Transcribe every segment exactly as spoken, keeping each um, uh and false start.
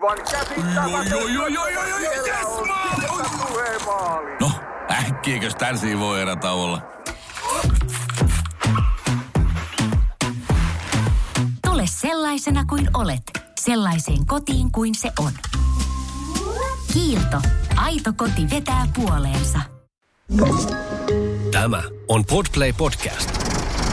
Aivan käsittämätöntä. No, äkkiäkös tän voi erätä olla? Tule sellaisena kuin olet, sellaiseen kotiin kuin se on. Kiilto. Aito koti vetää puoleensa. Tämä on Podplay Podcast.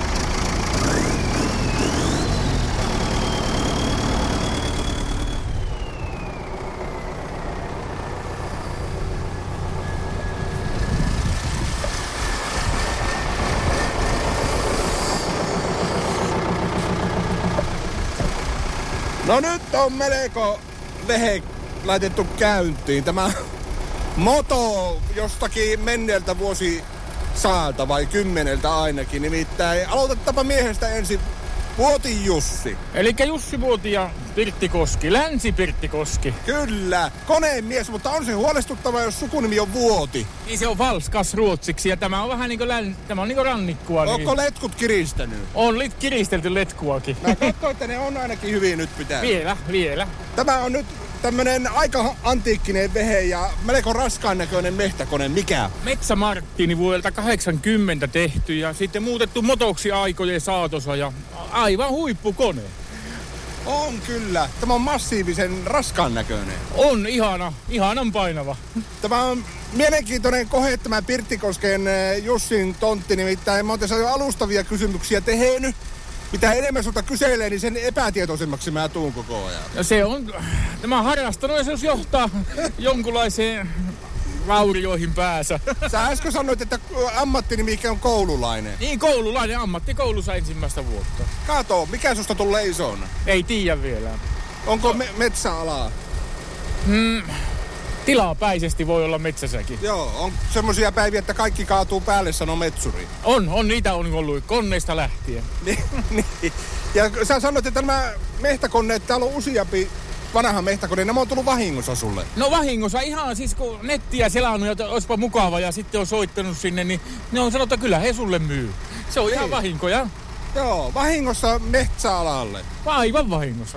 No nyt on melko vehe laitettu käyntiin. Tämä moto jostakin menneeltä vuosi saalta vai kymmeneltä ainakin. Nimittäin aloitettapa miehestä ensin. Vuoti Jussi. Elikkä Jussi Vuoti ja Pirttikoski. Länsi-Pirttikoski. Kyllä. Koneen mies, mutta on se huolestuttava, jos sukunimi on Vuoti. Niin se on valskas ruotsiksi ja tämä on vähän niinku län... tämä on niinku rannikkua. Onko niin... letkut kiristänyt? On lit kiristelty letkuakin. Mä katsoin, että ne on ainakin hyvin nyt pitää. Vielä, vielä. Tämä on nyt tämmönen aika antiikkinen vehe ja melko raskaan näköinen mehtäkone. Mikä? Metsämarttiini vuodelta kahdeksankymmentä tehty ja sitten muutettu motoksi aikojen saatossa ja aivan huippukone. On kyllä. Tämä on massiivisen raskaan näköinen. On ihana, ihanan painava. Tämä on mielenkiintoinen kohe tämä Pirttikosken Jussin tontti, nimittäin mä oon tässä jo alustavia kysymyksiä tehnyt. Mitä enemmän sulta kyselee, niin sen epätietoisemmaksi mä tuun koko ajan. Ja se on, tämä harrastanuisuus johtaa jonkunlaiseen vaurioihin päässä. Sä äsken sanoit, että ammattinimi on koululainen. Niin, koululainen ammattikoulussa ensimmäistä vuotta. Kato, mikä susta tulee isona? Ei tiedä vielä. Onko me- metsäalaa? Hmm, tilapäisesti voi olla metsässäkin. Joo, on semmosia päiviä, että kaikki kaatuu päälle, sanoo metsuri. On, on niitä on ollut konneista lähtien. Niin. Ja sä sanoit, että nämä mehtäkoneet, täällä on useampi vanha mehtäkone, nämä on tullut vahingossa sulle. No vahingossa ihan siis kun nettiä selannut ja olisipa mukava ja sitten on soittanut sinne, niin ne on sanottu, että kyllä he sulle myy. Se on ihan vahinkoja. Joo, vahingossa metsäalalle. Aivan vahingossa.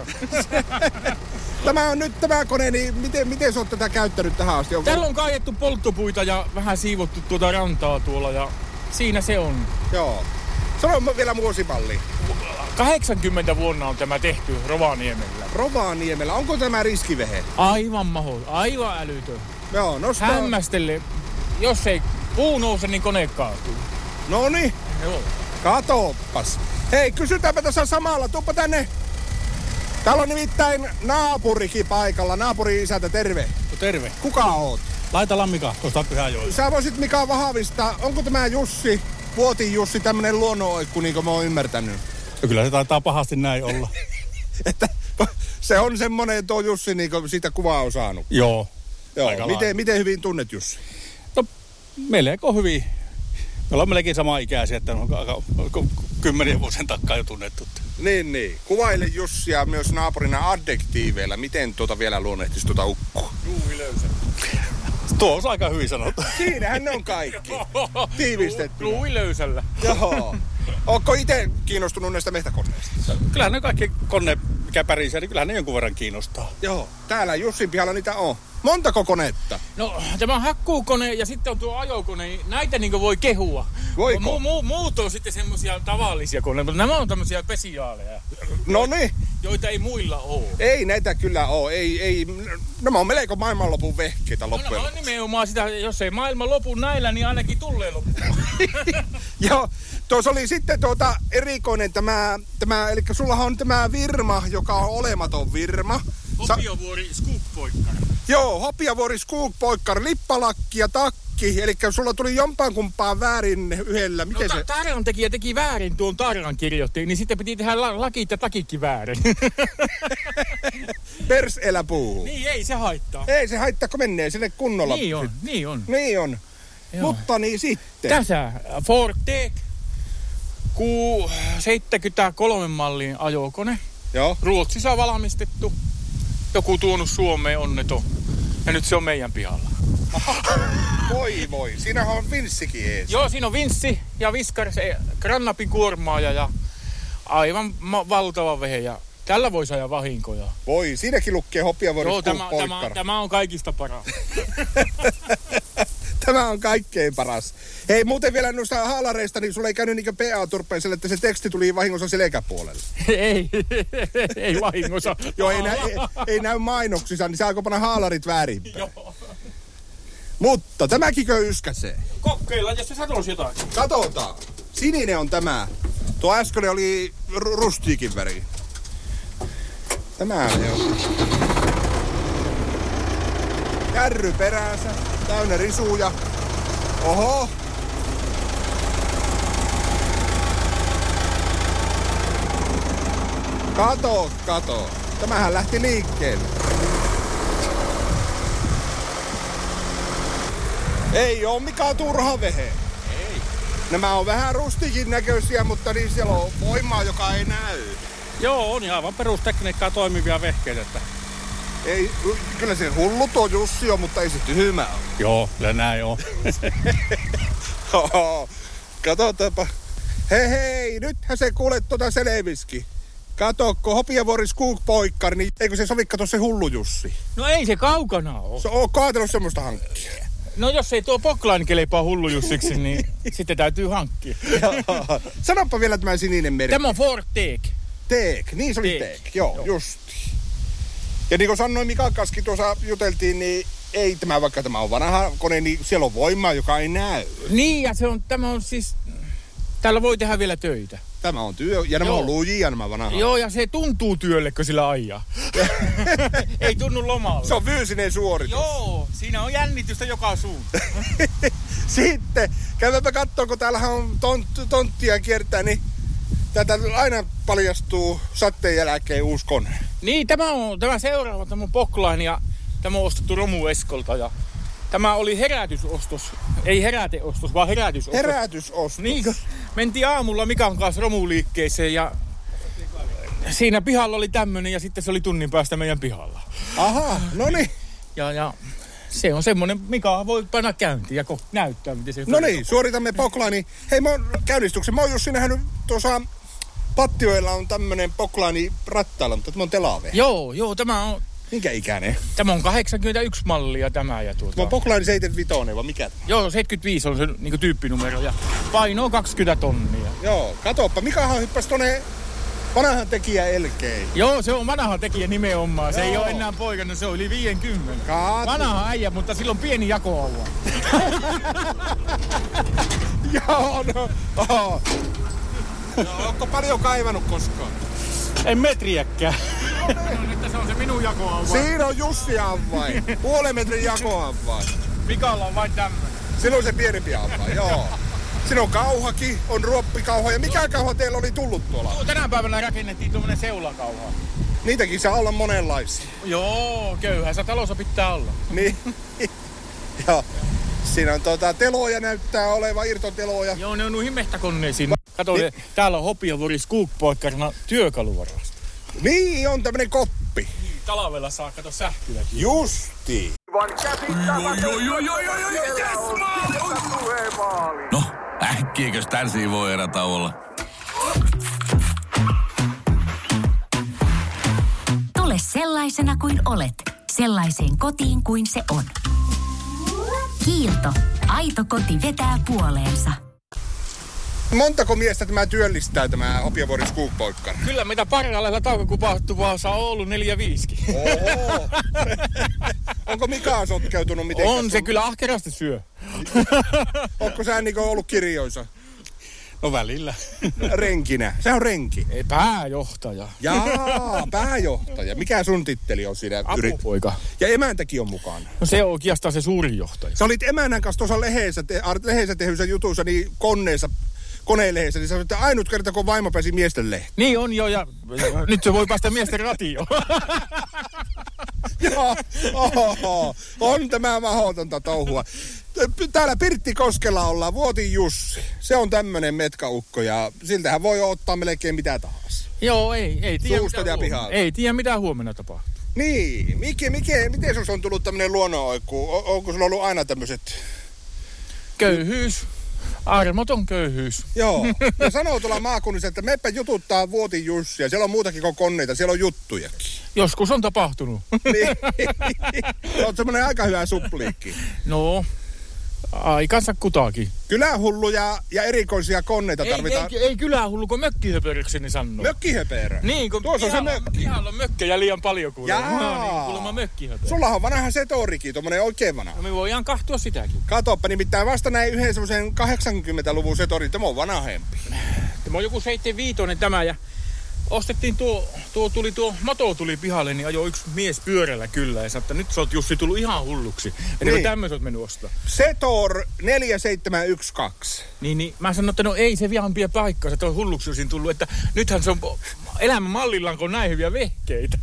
Tämä on nyt tämä kone, niin miten, miten sä oot tätä käyttänyt tähän asti? Onko... Täällä on kaiettu polttopuita ja vähän siivottu tuota rantaa tuolla ja siinä se on. Joo. Sano vielä vuosipalli. kahdeksankymmentä vuonna on tämä tehty Rovaniemellä. Rovaniemellä. Onko tämä riskivehe? Aivan mahdollista. Aivan älytön. Joo, nostaa. Hämmästelle. Jos ei puu nouse, niin kone kaatuu. Noniin. Joo. Katoppas. Hei, kysytäänpä tässä samalla. Tuuppa tänne. Täällä on nimittäin naapurikin paikalla. Naapuri isäntä, terve. No, terve. Kuka oot? Laitalan Mika tuosta Pyhäjoelta. Sä voisit Mika vahvistaa. Onko tämä Jussi, Vuotin Jussi, tämmönen luonnonoikku, niin kuin mä oon ymmärtänyt? No, kyllä se taitaa pahasti näin olla. Että se on semmonen tuo Jussi, niin kuin siitä kuvaa on saanut. Joo. Joo. Miten, miten hyvin tunnet Jussi? No, melko hyvin. Me ollaan melkein sama ikäisiä, että on kymmenien vuosien takkaa jo tunnettu. Niin, niin. Kuvaile Jussia myös naapurina adjektiiveilla. Miten tuota vielä luonnehtisi tuota ukkoa? Ruuvilöysä. Tuo on aika hyvin sanottu. Siinähän ne on kaikki. Tiivistetty. Ruuvilöysällä. Joo. Ootko itse kiinnostunut näistä mehtäkoneista? Kyllähän ne kaikki kone, mikä pärisee, niin kyllähän ne jonkun verran kiinnostaa. Joo. Täällä Jussin pihalla niitä on. Montako konetta? No, tämä on hakkuukone ja sitten on tuo ajokone. Näitä niin voi kehua. Voiko? Mu- mu- muut on sitten semmosia tavallisia koneita, mutta nämä on tämmöisiä spesiaaleja. Noniin. Joita ei muilla ole. Ei näitä kyllä ole. Ei, ei. Nämä on melko maailmanlopun vehkeitä loppujen no, no, lopuksi. nimenomaan sitä, jos ei maailman lopu näillä, niin ainakin tulee loppuun. Joo. Tuossa oli sitten tuota erikoinen tämä, tämä, eli sullahan on tämä Virma, joka on olematon Virma. Hopiavuori Skoogpoikkar. Joo, Hopiavuori Skoogpoikkar, lippalakki ja takki. Eli sulla tuli jompaan kumpaan väärin yhdellä. Miten no, se? Tarran tekijä teki väärin tuon Tarran kirjoitti, niin sitten piti tehdä la- lakit ja takikki väärin. Perselä puuhun. Niin, ei se haittaa. Ei se haittaa, kun menee sinne kunnolla. Niin on, niin on. Niin on. Joo. Mutta niin sitten. Tässä Forte Q seitsemänkymmentäkolme mallin ajokone. Joo. Ruotsissa valmistettu. Joku tuonut Suomeen onneton. Ja nyt se on meidän pihalla. Voi voi, siinähän on vinssikin ees. Joo, siinä on vinssi ja viskar se grannapin kuormaaja ja aivan ma- valtava vehe. Ja Tällä voi saada vahinkoja. Voi, siinäkin lukee Hopiavuori Joo, tämä, tämä, Poikkar. tämä on kaikista paras. Tämä on kaikkein paras. Hei, muuten vielä noista haalareista, niin sulla ei käynyt niin kuin P A-turpeiselle, että se teksti tuli vahingossa selkäpuolelle. ei, ei vahingossa. Joo, ei, nä, ei, ei näy mainoksissa, niin saako panna haalarit väärinpäin. Joo. Mutta tämäkin yskäsee. Kokeillaan, jos se sanoisi jotain. Katsotaan. Sininen on tämä. Tuo äsken oli ru- rustiikin väri. Tämä on. Kärry peräänsä. Täynnä risuja. Oho. Kato, kato. Tämähän lähti liikkeelle. Ei oo mikään turha vehe. Ei. Nämä on vähän rustikin näköisiä, mutta niin siellä on voimaa, joka ei näy. Joo, on ihan aivan perustekniikkaa toimivia vehkeitä. Että... Ei, kyllä se hullu tuo Jussi on, mutta ei se tyhmä ole. Joo, kyllä näin on. Katsotaanpa. Hei hei, nythän se kuule tuota selviski. Katokko, Hopiavuori Skoog-Poikkar, niin eikö se sovi kato se hullu Jussi? No ei se kaukana ole. Se on kaatellut semmoista hankkia. No jos ei tuo Poklain kelepaa hullu Jussiksi, niin sitten täytyy hankkia. Sanoppa vielä tämä sininen merkki. Tämä on Ford Teek. Teek, niin se oli Teek. Teek, joo, joo. Just. Ja niin kuin sanoin, Mika Kaski tuossa juteltiin, niin ei tämä, vaikka tämä on vanha kone, niin siellä on voimaa, joka ei näy. Niin, ja se on, tämä on siis, täällä voi tehdä vielä töitä. Tämä on työ, ja nämä Joo. on lujia nämä vanha. Joo, ja se tuntuu työlle, kun sillä ajaa. Ei tunnu lomalla. Se on fyysinen suoritus. Joo, siinä on jännitystä joka suuntaan. Sitten, käydäänpä katsoa, kun täällähän on tont, tonttia kiertää, niin tätä aina paljastuu satteen jälkeen uusi kone. Niin, tämä on tämä seuraava, tämä on Poklain, ja tämä on ostettu Romu Eskolta, ja tämä oli herätysostos. Ei heräteostos, vaan herätysostos. Herätysostos. Niin, kun mentiin aamulla Mikan kanssa romuliikkeeseen ja siinä pihalla oli tämmönen ja sitten se oli tunnin päästä meidän pihalla. Aha, no niin. Ja, ja se on semmonen, Mika voi panna käyntiin ja ko- näyttää, miten se... No niin, suoritamme Poklaini. Hei, mä oon käynnistyksen. Mä oon Jussi nähnyt tuossa Pattioilla on tämmönen Poklaini rattailla, mutta tämä on telave. Joo, joo, tämä on, Minkä ikäinen? tämä on kahdeksankymmentäyksi mallia tämä ja tuota... Tämä on Poklaini seitsemänkymmentäviisi, vai mikä? Joo, seitsemänkymmentäviisi on se niin tyyppinumero ja paino kaksikymmentä tonnia. Joo, katoppa. Mikahan hyppäsi tonne vanhan tekijä elkeen. Joo, se on vanha tekijä nimenomaan. Se Joo. ei ole enää poikana, se on yli viisikymmentä. Kaatu. Vanha äijä, mutta sillä on pieni jakoalue. Joo, no. Oho. No, onko paljon kaivannut koskaan? Ei metriäkään. Että se on se minun jakoalue. Siinä on Jussi avain. Puolen metrin jakoavain. Mikalla on vain tämmöinen. Siinä on se pienempi avain, joo. Siinä on kauhakin, on ruoppikauha. Ja mikä kauha teillä oli tullut tuolla? Tänä päivänä rakennettiin tuommoinen seulakauha. Niitäkin saa olla monenlaisia. Joo, köyhässä talossa pitää olla. Niin. Ja siinä on tuota, teloja näyttää olevan, irtoteloja. Joo, ne on noihin mehtäkoneisiin. Kato, Niin. täällä on Hopiavuori Skoog-Poikkarina työkaluvarasto. Niin, on tämmönen koppi. Talvella saa kato sähköäkin. Justi. No, äkkiäkös tän voi erätauolla? Tule sellaisena kuin olet, sellaiseen kotiin kuin se on. Kiilto. Aito koti vetää puoleensa. Montako miestä tämä työllistää, tämä Hopiavuori Skoog-Poikkar? Kyllä mitä parhaalla taukokupahtuvaassa on ollut neljä viisikin. Oho. Onko Mika sotkeutunut mitenkään? On se kyllä ahkerasti syö. Onko sä niin ollut kirjoissa? No välillä. Renkinä. Se on renki. Ei, pääjohtaja. Jaa, pääjohtaja. Mikä sun titteli on siinä? Apupoika. Ja emäntäkin on mukana. No se on oikeastaan se suurin johtaja. Sä olit emännän kanssa tuossa leheessä, te, leheessä tehyssä jutussa, niin koneessa, konelehdessä, niin sä sanoit, että ainut kerta, kun vaimo pääsi miesten lehteen. Niin on jo, ja nyt se voi päästä miesten ratioon. Joo, oho, on tämä mahdotonta touhua. Täällä Pirttikoskella ollaan, Vuotin Jussi. Se on tämmönen metkaukko ja siltähän voi ottaa melkein mitä tahansa. Joo, ei, ei tiedä Suusta mitä ja huomenna- pihalta. Ei tiedä mitä huomenna tapahtuu. Niin, mikä, mikä, miten sus on tullut tämmönen luonnonoikku? O- onko sulla ollut aina tämmöiset? Köyhyys, Armoton köyhyys. Joo. Ja sanoo tuolla maakunnissa, että meppä jututtaa Vuotin Jussia. Siellä on muutakin kuin koneita, siellä on juttujakin. Joskus on tapahtunut. Niin. On semmoinen aika hyvä suppliikki. No, aikansa kutaakin. Kylähulluja ja erikoisia koneita tarvitaan. Ei, ei, ei kylähullu, kun mökkihöpörykseni sanoo. Mökkihöperä? Niin, kun tuossa on se pihalla, mökki. pihalla on mökkejä liian paljon kuulemma. Jaa. No, niin, kuulemma mökkihöperä. Sullahan on vanha setorikin, tommonen oikein vanha. No me voidaan kahtua sitäkin. Katoppa, nimittäin vasta näin yhden semmoisen kahdeksankymmentäluvun setorin, tämä on vanhempi. Tämä on joku seitsemänkymmentäviisi tämä ja ostettiin tuo, tuo tuli tuo moto tuli pihalle, niin ajoi yksi mies pyörällä kyllä ja sanoi, että nyt sä oot Jussi tullut ihan hulluksi. Eli niin. Tämmöisen oot mennyt ostaa. Setor neljä seitsemän yksi kaksi. Niin, niin mä sanoin, että no ei se vielä pidä paikkaa, että on hulluksi Jussin tullut, että nythän se on elämän mallillaan, kun on näin hyviä vehkeitä.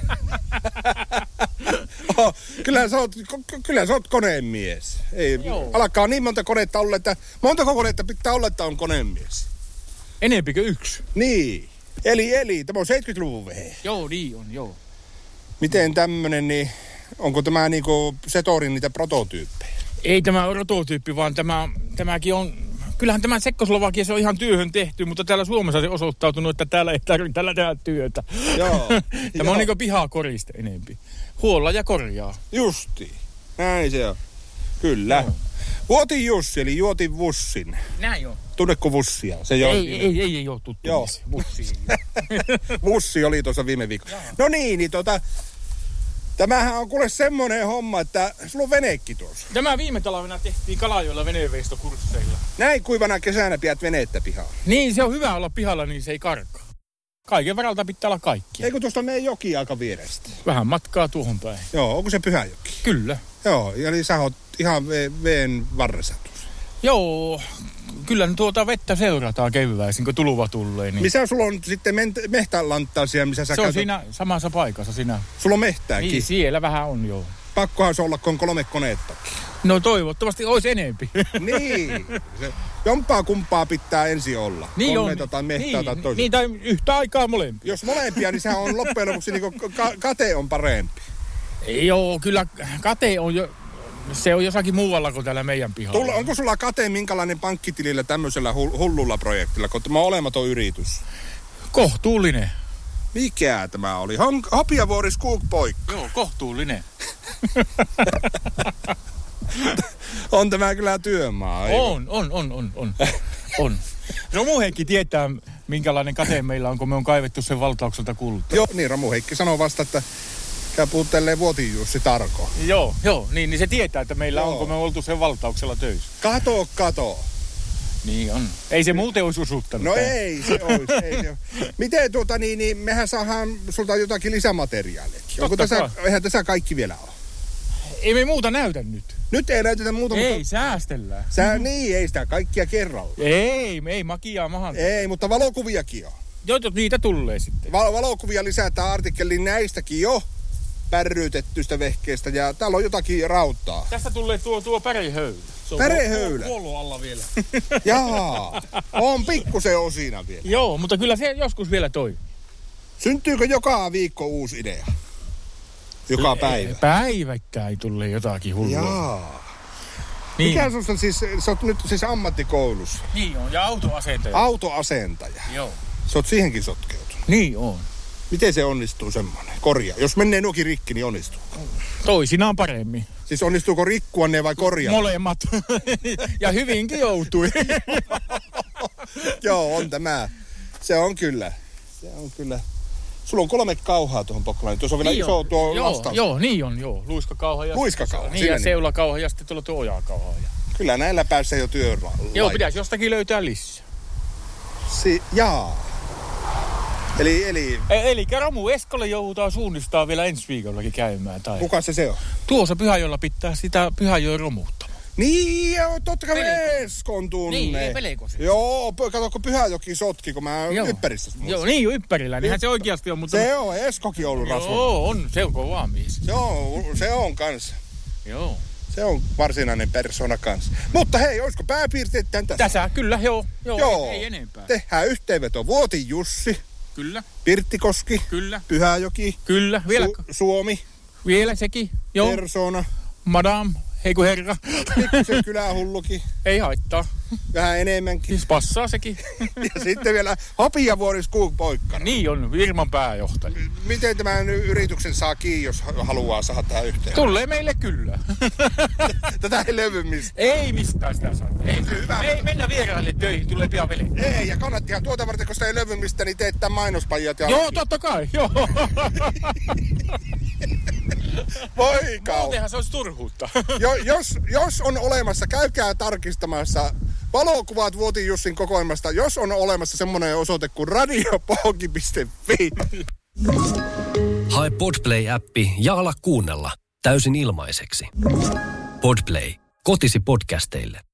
Oh, kyllä sä oot, kyllä sä oot koneen mies. Ei, alkaa niin monta konetta olla, että montako konetta pitää olla, että on koneen mies. Enempikö yksi? Niin. Eli, eli, tämä on seitsemänkymmentäluvun vehe. Joo, niin on, joo. Miten tämmönen, niin onko tämä niinku Setorin niitä prototyyppejä? Ei tämä ole prototyyppi, vaan tämä, tämäkin on, kyllähän tämä Tsekkoslovakia se on ihan työhön tehty, mutta täällä Suomessa se osoittautunut, että täällä ei tarvitse tällä tehdä työtä. Joo. Tämä joo. On niinku pihakoriste enempi. Huolla ja korjaa. Justi. Näin se on. Kyllä. Joo. Vuotin Jussi, eli Juotin Vussin. Näin on. Tunnetko Vussia? Se ei, ei, ei, ei, ei ole tuttu. Joo. Vussi. Vussi oli tuossa viime viikolla. No niin, niin tota, tämähän on kuule semmoinen homma, että sulla on veneekki tuossa. Tämä viime talvena tehtiin Kalajoella veneveistokursseilla. Näin kuivana kesänä pidät veneettä pihalla. Niin, se on hyvä olla pihalla, niin se ei karkaa. Kaiken varalta pitää olla kaikkia. Eikö tuosta mene joki aika vierestä? Vähän matkaa tuohon päin. Joo, onko se Pyhäjoki? Kyllä. Joo, eli sä oot ihan veen varressa tuossa. Joo, kyllä tuota vettä seurataan kevyväisin, kun tuluva tulee. Niin. Missä sulla on sitten mehtälanttaa siellä, missä sä Se on käytät... siinä samassa paikassa siinä. Sulla on mehtääkin? Niin, siellä vähän on, joo. Pakkohan se olla, kun on kolme koneettakin. No toivottavasti olisi enempi. Niin. Se, jompaa kumpaa pitää ensin olla. Niin Koneita on. tai mehtää niin, tai toiset. niin, tai yhtä aikaa molempia. Jos molempia, niin sehän on loppujen lopuksi niin ka- kate on parempi. Joo, kyllä kate on jo... Se on jossakin muualla kuin täällä meidän pihalla. Tulla, onko sulla kate minkälainen pankkitilillä tämmöisellä hullulla projektilla, kun tämä on olematon yritys? Kohtuullinen. Mikä tämä oli? Hopiavuori Skoogpoikka. Joo, kohtuullinen. On tämä kyllä työmaa. On, on, on, on, on. on. Ramu Heikki tietää, minkälainen kate meillä on, kun me on kaivettu sen valtaukselta kultaa. Joo, niin Ramu Heikki sanoo vasta, että käy puuttelee Vuotin Jussi Tarko. Joo, joo, niin, niin se tietää, että meillä joo. on, kun me on oltu sen valtauksella töissä. Kato, kato. Niin on. Ei se muuten olisi usuttanut. No tämän. ei se olisi. Ei se. Miten tuota niin, niin mehän saadaan sulta jotakin lisämateriaaliakin. Onko tässä, eihän tässä kaikki vielä ole? Ei me muuta näytä nyt. Nyt ei näytetä muuta. Ei, mutta... säästellään. Sä, niin, ei sitä kaikkia kerralla. Ei, ei makiaa mahan. Ei, mutta valokuviakin on. Joo, niitä tulee sitten. Val- valokuvia lisätään artikkeliin näistäkin jo pärryytettyistä vehkeistä ja täällä on jotakin rautaa. Tästä tulee tuo, tuo pärehöylä. Pärehöylä? Kuollut alla vielä. Jaa, on pikkusen osina vielä. Joo, mutta kyllä se joskus vielä toimii. Syntyykö joka viikko uusi idea? Joka päivä? Päivättäin tulee jotakin hullua. Jaa. Niin. Mikä susta siis, sä oot nyt siis ammattikoulussa? Niin on, ja autoasentaja. Autoasentaja. Joo. Sä oot siihenkin sotkeutunut. Niin on. Miten se onnistuu semmoinen? Korjaa. Jos menee nuokin rikki, niin onnistuu. Toisinaan paremmin. Siis onnistuuko rikkua ne vai korjaa? Molemmat. Ja hyvinkin joutui. Joo, on tämä. Se on kyllä. Se on kyllä. Sulla on kolme kauhaa tuohon Pokkolaan. Tuossa on vielä niin iso on. Tuo joo, lastaus. Joo, niin on, joo. Luiskakauha ja... Luiskakauha. Niin, ja seulakauha ja sitten tuolla tuo ojakauha. Ja... Kyllä näillä päässä jo työn Joo, pitäisi jostakin löytää lisää. Si- jaa. Eli, eli... E- eli Ramu Eskolle joudutaan suunnistaa vielä ensi viikollakin käymään. Tai... Kuka se se on? Tuossa Pyhäjoella pitää sitä Pyhäjoen romuuttamaan. Niin, joo, totta kai Eskon tunne. Niin, ei Pelekosi. Joo, kato kun Pyhäjoki sotki, kun mä oon Yppärissä. Joo, niin Yppärillä, niinhän se oikeasti on. Mutta... Se on, Eskokin ollut rasvalla. Joo, on, se on kovaa mies. Se on, se on kanssa. Joo. Se on varsinainen persona kanssa. Mutta hei, olisiko pääpiirteet tämän tässä? Tässä, kyllä, joo. Joo, joo. Ei, ei enempää. Tehdään yhteenveto. Vuotin Jussi. Kyllä. Pirttikoski. Kyllä. Pyhäjoki. Kyllä. Vielä. Su- Suomi. Vielä sekin. Joo. Persona. Madame. ei kun herra. Pikkusen kylähullukin. Ei haittaa. Vähän enemmänkin. Siis passaa sekin. Ja sitten vielä Hopiavuoris kuupoikkana. Niin on, firman pääjohtaja. Miten tämän yrityksen saa kiinni, jos haluaa saada tähän yhteen? Tulee meille kyllä. Tätä ei levy mistä. Ei mistään sitä saa. Ei, Hyvä. Ei mennä vieraille töihin, tulee pian veli. Ei, ja kannattihan tuota varten, kun sitä ei levy mistä, niin teet tämän mainospajat. Ja joo, totta kai, joo. Voi kau. Muutenhan se olisi turhuutta. Jo, jos, jos on olemassa, käykää tarkistamassa valokuvat Vuotin Jussin kokoelmasta, jos on olemassa semmoinen osoite kuin radiopohki piste fi. Hae Podplay-appi ja ala kuunnella täysin ilmaiseksi. Podplay, kotisi podcasteille.